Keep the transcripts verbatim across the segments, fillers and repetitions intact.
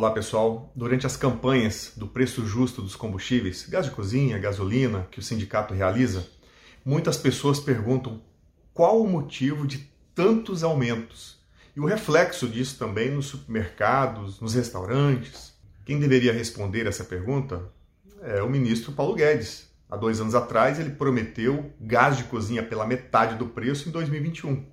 Olá pessoal, durante as campanhas do preço justo dos combustíveis, gás de cozinha, gasolina, que o sindicato realiza, muitas pessoas perguntam qual o motivo de tantos aumentos e o reflexo disso também nos supermercados, nos restaurantes. Quem deveria responder essa pergunta é o ministro Paulo Guedes. Há dois anos atrás ele prometeu gás de cozinha pela metade do preço em dois mil e vinte e um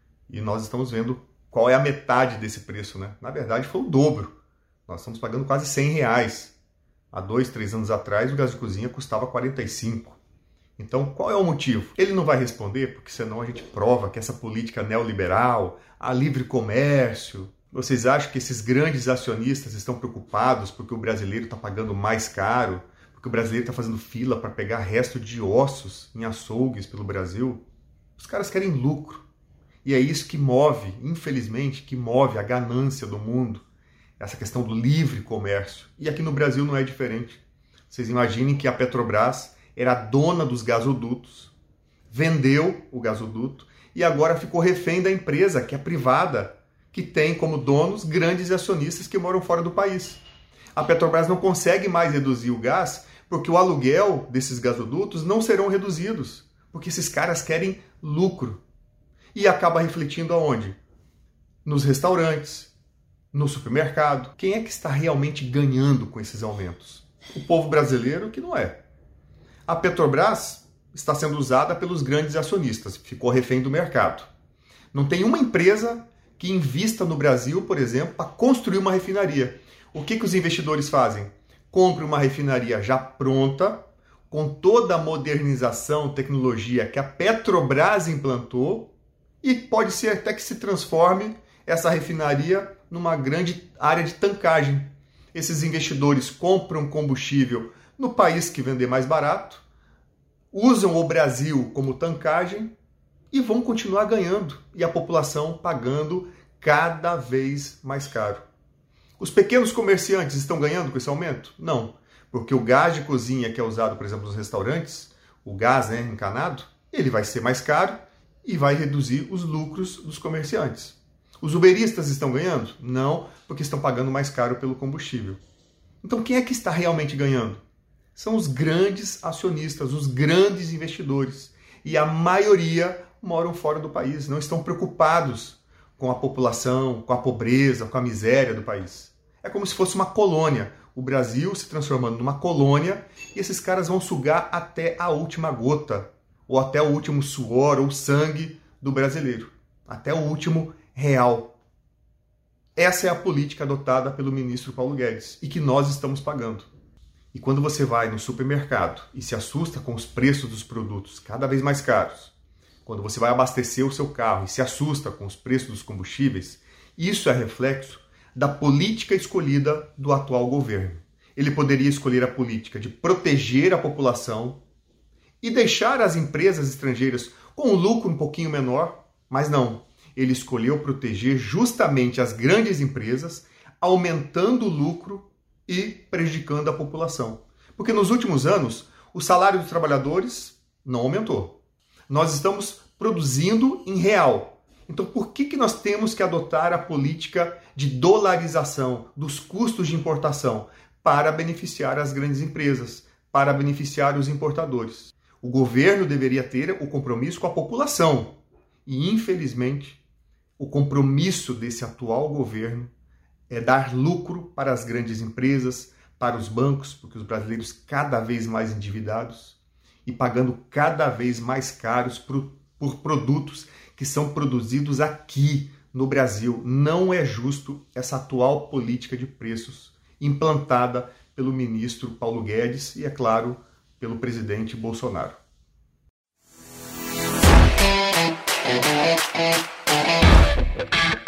e nós estamos vendo qual é a metade desse preço, né? Na verdade foi o dobro. Nós estamos pagando quase cem reais. Há dois, três anos atrás, o gás de cozinha custava quarenta e cinco. Então, qual é o motivo? Ele não vai responder, porque senão a gente prova que essa política neoliberal, a livre comércio... Vocês acham que esses grandes acionistas estão preocupados porque o brasileiro está pagando mais caro? Porque o brasileiro está fazendo fila para pegar resto de ossos em açougues pelo Brasil? Os caras querem lucro. E é isso que move, infelizmente, que move a ganância do mundo. Essa questão do livre comércio. E aqui no Brasil não é diferente. Vocês imaginem que a Petrobras era a dona dos gasodutos, vendeu o gasoduto e agora ficou refém da empresa, que é privada, que tem como donos grandes acionistas que moram fora do país. A Petrobras não consegue mais reduzir o gás porque o aluguel desses gasodutos não serão reduzidos, porque esses caras querem lucro. E acaba refletindo aonde? Nos restaurantes, no supermercado. Quem é que está realmente ganhando com esses aumentos? O povo brasileiro que não é. A Petrobras está sendo usada pelos grandes acionistas, ficou refém do mercado. Não tem uma empresa que invista no Brasil, por exemplo, para construir uma refinaria. O que, que os investidores fazem? Compram uma refinaria já pronta, com toda a modernização, tecnologia que a Petrobras implantou, e pode ser até que se transforme essa refinaria numa grande área de tankagem. Esses investidores compram combustível no país que vender mais barato, usam o Brasil como tankagem e vão continuar ganhando e a população pagando cada vez mais caro. Os pequenos comerciantes estão ganhando com esse aumento? Não, porque o gás de cozinha que é usado, por exemplo, nos restaurantes, o gás, né, encanado, ele vai ser mais caro e vai reduzir os lucros dos comerciantes. Os uberistas estão ganhando? Não, porque estão pagando mais caro pelo combustível. Então quem é que está realmente ganhando? São os grandes acionistas, os grandes investidores. E a maioria moram fora do país, não estão preocupados com a população, com a pobreza, com a miséria do país. É como se fosse uma colônia. O Brasil se transformando numa colônia e esses caras vão sugar até a última gota, ou até o último suor ou sangue do brasileiro. Até o último real. Essa é a política adotada pelo ministro Paulo Guedes e que nós estamos pagando. E quando você vai no supermercado e se assusta com os preços dos produtos cada vez mais caros, quando você vai abastecer o seu carro e se assusta com os preços dos combustíveis, isso é reflexo da política escolhida do atual governo. Ele poderia escolher a política de proteger a população e deixar as empresas estrangeiras com um lucro um pouquinho menor, mas não. Ele escolheu proteger justamente as grandes empresas, aumentando o lucro e prejudicando a população. Porque nos últimos anos, o salário dos trabalhadores não aumentou. Nós estamos produzindo em real. Então, por que, que nós temos que adotar a política de dolarização dos custos de importação para beneficiar as grandes empresas, para beneficiar os importadores? O governo deveria ter o compromisso com a população. E, infelizmente, o compromisso desse atual governo é dar lucro para as grandes empresas, para os bancos, porque os brasileiros cada vez mais endividados e pagando cada vez mais caros por, por produtos que são produzidos aqui no Brasil. Não é justo essa atual política de preços implantada pelo ministro Paulo Guedes e, é claro, pelo presidente Bolsonaro. Thank you.